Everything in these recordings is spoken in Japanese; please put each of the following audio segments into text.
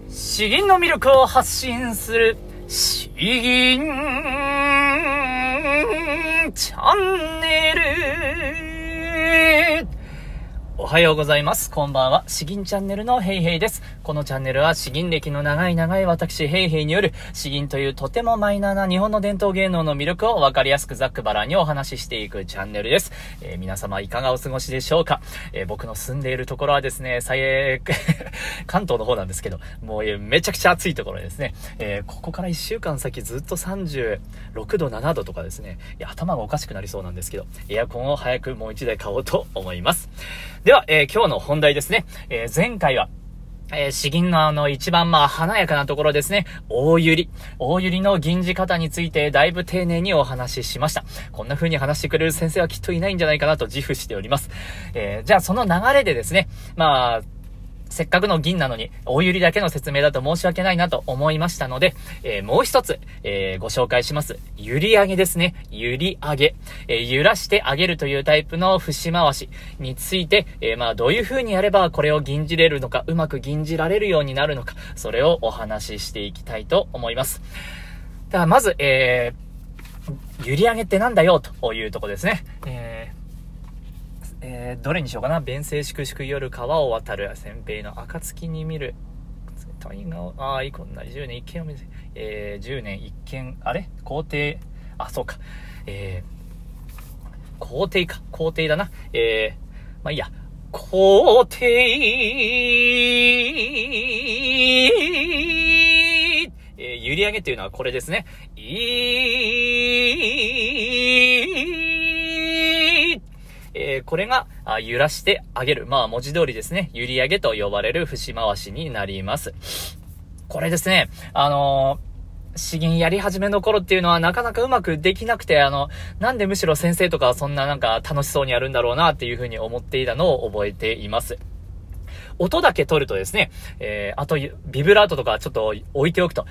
詩吟の魅力を発信する詩吟チャンネル。おはようございます。こんばんは。詩吟チャンネルのヘイヘイです。このチャンネルは詩吟歴の長い私ヘイヘイによる詩吟というとてもマイナーな日本の伝統芸能の魅力をわかりやすくざっくばらんにお話ししていくチャンネルです。皆様いかがお過ごしでしょうか。僕の住んでいるところはですね、関東の方なんですけど、もうめちゃくちゃ暑いところですね。ここから1週間先ずっと36度、7度とかですね。いや、頭がおかしくなりそうなんですけど、エアコンを早くもう1台買おうと思います。では、今日の本題ですね。前回は、詩吟の一番華やかなところですね。大百合の吟じ方についてだいぶ丁寧にお話ししました。こんな風に話してくれる先生はきっといないんじゃないかなと自負しております。じゃあその流れでですね、せっかくの吟なのに大百合だけの説明だと申し訳ないなと思いましたので、もう一つ、ご紹介します。揺り上げですね。揺り上げ、揺らしてあげるというタイプの節回しについて、どういう風にやればこれを吟じれるのか、うまく吟じられるようになるのか、それをお話ししていきたいと思います。ではまず、揺り上げってなんだよというところですね。どれにしようかな。弁声粛々夜川を渡る先兵の暁に見る大河いこんな10年一見を見せ10年一見皇帝そうか皇帝だな。いいや皇帝揺り上げっていうのはこれですね。これが揺らしてあげる。文字通りですね。揺り上げと呼ばれる節回しになります。これですね。詩吟やり始めの頃っていうのはなかなかうまくできなくて、なんでむしろ先生とかはそんな楽しそうにやるんだろうなっていうふうに思っていたのを覚えています。音だけ取るとですね、あとビブラートとかちょっと置いておくと、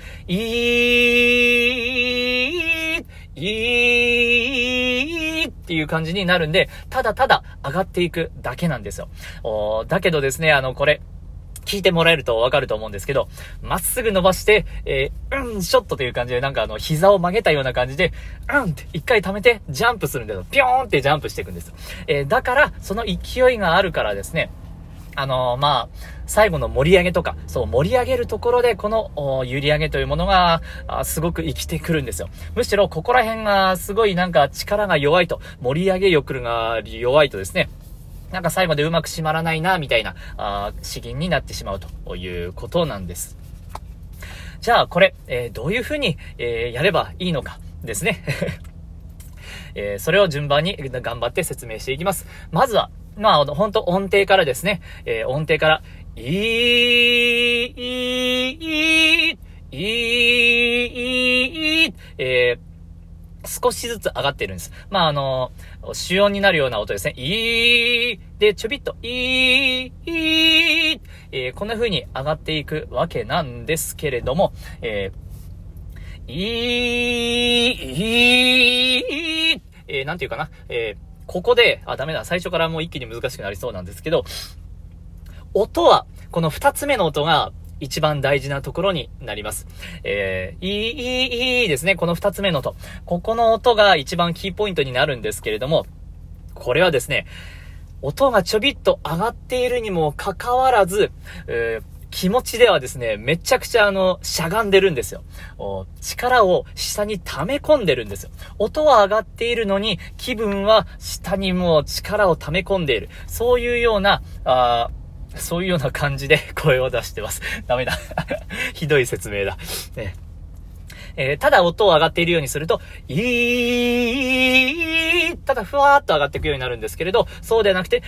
っていう感じになるんで、ただただ上がっていくだけなんですよ。だけどですね、これ、聞いてもらえるとわかると思うんですけど、まっすぐ伸ばして、ショットという感じで膝を曲げたような感じで、って一回溜めてジャンプするんですよ。ピョーンってジャンプしていくんです。だから、その勢いがあるからですね、最後の盛り上げとか、盛り上げるところで、この、揺り上げというものが、すごく生きてくるんですよ。むしろ、ここら辺が、すごい力が弱いと、盛り上げ欲が弱いとですね、最後でうまく締まらないな、みたいな、詩吟になってしまうということなんです。じゃあ、これ、どういうふうに、やればいいのかですね。それを順番に頑張って説明していきます。まずは、ほんと音程からですね。音程から、少しずつ上がっているんです。主音になるような音ですね。で、ちょびっと、こんな風に上がっていくわけなんですけれども、なんていうかな。ここで、ダメだ。最初からもう一気に難しくなりそうなんですけど、音は、この二つ目の音が一番大事なところになります。ですね。この二つ目の音。ここの音が一番キーポイントになるんですけれども、これはですね、音がちょびっと上がっているにもかかわらず、気持ちではですね、めちゃくちゃしゃがんでるんですよ。力を下に溜め込んでるんですよ。音は上がっているのに、気分は下にもう力を溜め込んでいる。そういうような感じで声を出してます。ダメだ。ひどい説明だ。ただ音を上がっているようにすると、ただふわーっと上がっていくようになるんですけれど、そうではなくて、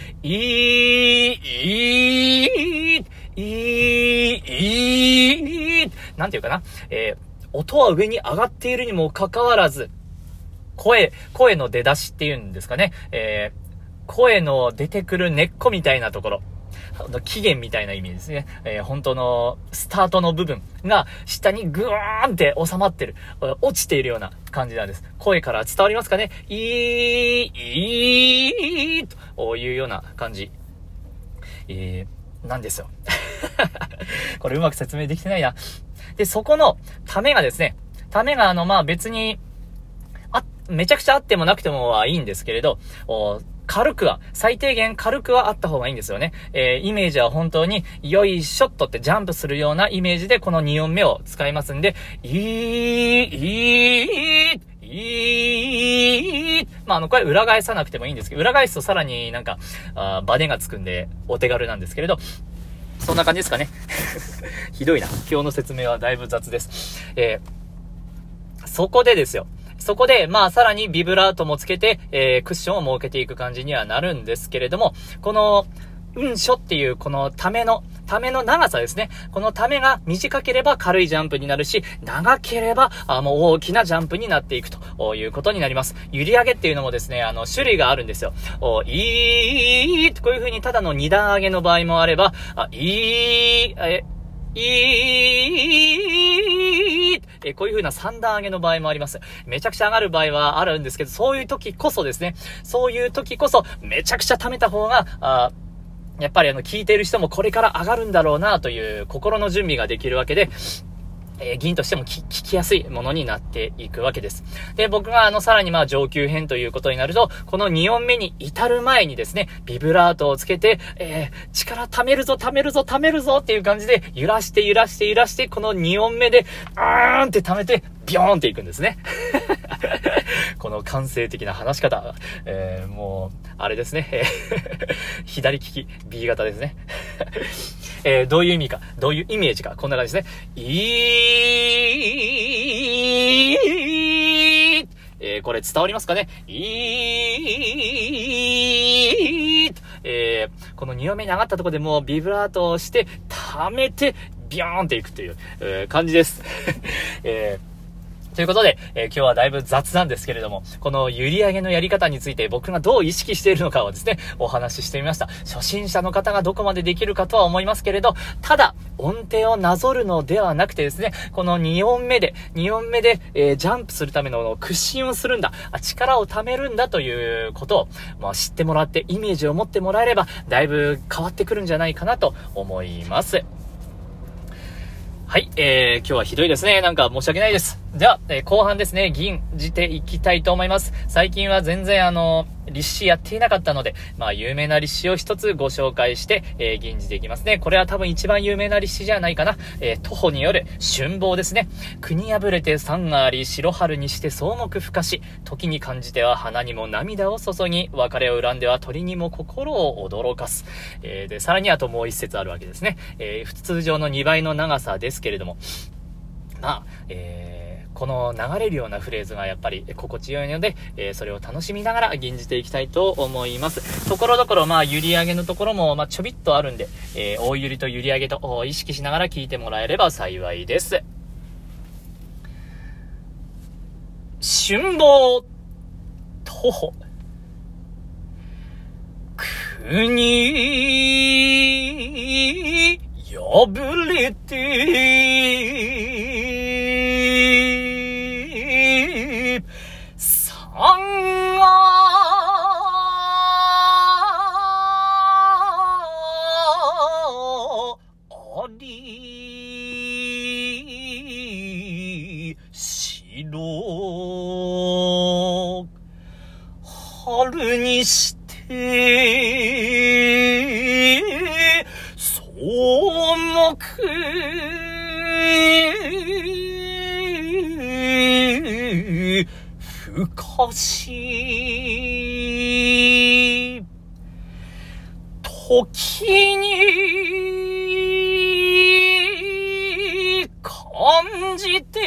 なんていうかな、音は上に上がっているにもかかわらず、声の出だしっていうんですかね、声の出てくる根っこみたいなところ、起源みたいな意味ですね。本当のスタートの部分が下にグワーンって収まってる、落ちているような感じなんです。声から伝わりますかね。というような感じ。なんですよ。ここれうまく説明できてないな。で、そこのためがですね、ためが別に、めちゃくちゃあってもなくてもはいいんですけれど、最低限軽くはあった方がいいんですよね。イメージは本当に、よいしょっとってジャンプするようなイメージでこの2音目を使いますんで、これ裏返さなくてもいいんですけど、裏返すとさらにバネがつくんで、お手軽なんですけれど、そんな感じですかね。ひどいな。今日の説明はだいぶ雑です。そこでですよ。そこで、さらにビブラートもつけて、クッションを設けていく感じにはなるんですけれども、この、しょっていう、このための長さですね。このためが短ければ軽いジャンプになるし、長ければ、もう大きなジャンプになっていくということになります。揺り上げっていうのもですね、種類があるんですよ。こういう風にただの2段上げの場合もあれば、こういう風な3段上げの場合もあります。めちゃくちゃ上がる場合はあるんですけど、そういう時こそ、めちゃくちゃ溜めた方が、やっぱり聞いている人もこれから上がるんだろうなという心の準備ができるわけで、銀としても聞きやすいものになっていくわけです。で、僕がさらに上級編ということになると、この2音目に至る前にですね、ビブラートをつけて、力溜めるぞっていう感じで、揺らして、この2音目で、って溜めて、ビヨーンっていくんですね。この感性的な話し方。もう、あれですね。左利き、B 型ですね。どういう意味か、どういうイメージか、こんな感じですね。これ伝わりますかね。この2音目に上がったところでもうビブラートをして、溜めて、ビヨーンっていくという、感じです。ということで、今日はだいぶ雑なんですけれども、この揺り上げのやり方について僕がどう意識しているのかをですね、お話ししてみました。初心者の方がどこまでできるかとは思いますけれど、ただ、音程をなぞるのではなくてですね、この2音目で、ジャンプするための屈伸をするんだ、力を貯めるんだということを、知ってもらって、イメージを持ってもらえれば、だいぶ変わってくるんじゃないかなと思います。はい、今日はひどいですね。申し訳ないです。じゃあ、後半ですね、吟じていきたいと思います。最近は全然立志やっていなかったので、有名な立志を一つご紹介して、吟じていきますね。これは多分一番有名な立志じゃないかな。徒歩による春望ですね。国破れて山があり、白春にして草木深し、時に感じては花にも涙を注ぎ、別れを恨んでは鳥にも心を驚かす。で、さらにあともう一節あるわけですね。通常の2倍の長さですけれども、この流れるようなフレーズがやっぱり心地よいので、それを楽しみながら吟じていきたいと思います。ところどころ揺り上げのところもちょびっとあるんで、大揺りと揺り上げと意識しながら聞いてもらえれば幸いです。春望徒歩国破れて白春にして草木深し時に感じて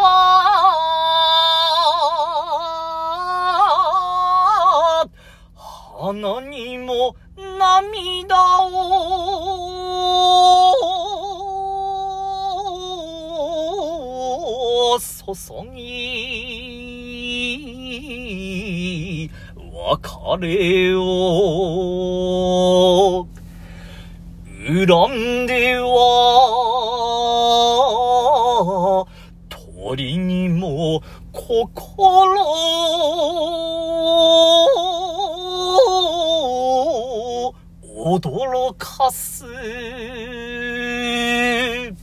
は花にも涙を注ぎ別れを恨んでは鳥にも心を驚かす。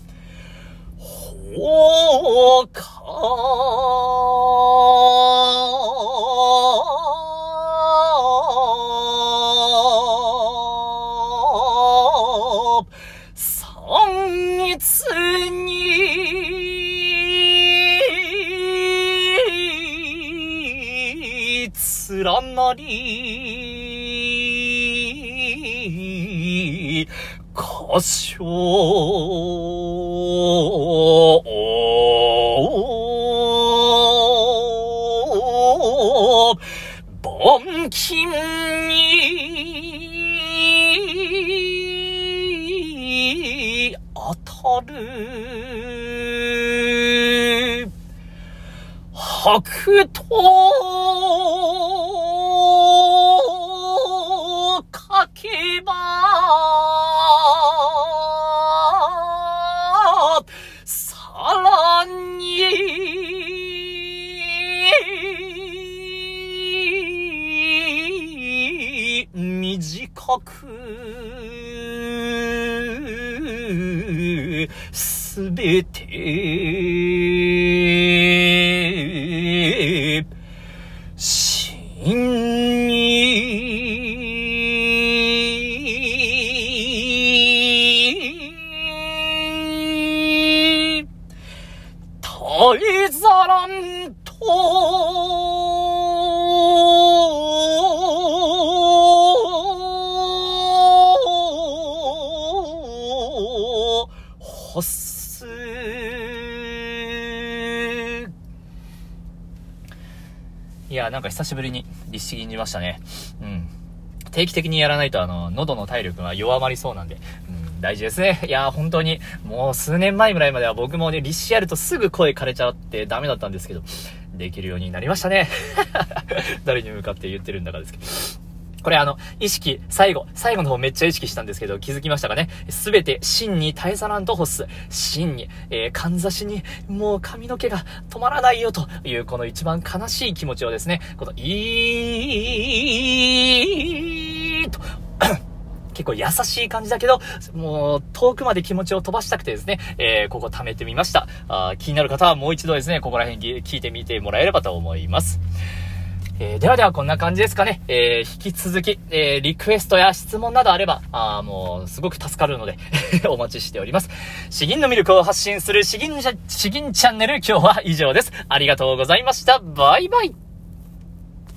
今月に連なり歌唱盆金に当たる白桃かけばさらに短くすべて真に大ざらんと欲す。いや、なんか久しぶりに立志吟じましたね。定期的にやらないと喉の体力が弱まりそうなんで、大事ですね。いや、本当にもう数年前ぐらいまでは僕もね、立志やるとすぐ声枯れちゃってダメだったんですけど、できるようになりましたね。誰に向かって言ってるんだかですけど。これ意識、最後の方めっちゃ意識したんですけど、気づきましたかね。すべて真に絶えざらんと欲す。真に、かんざしにもう髪の毛が止まらないよという、この一番悲しい気持ちをですね、このと結構優しい感じだけど、もう遠くまで気持ちを飛ばしたくてですね、ここ貯めてみました。気になる方はもう一度ですね、ここら辺聞いてみてもらえればと思います。ではこんな感じですかね。引き続き、リクエストや質問などあれば、もうすごく助かるのでお待ちしております。詩吟の魅力を発信する詩吟チャンネル、今日は以上です。ありがとうございました。バイバイ。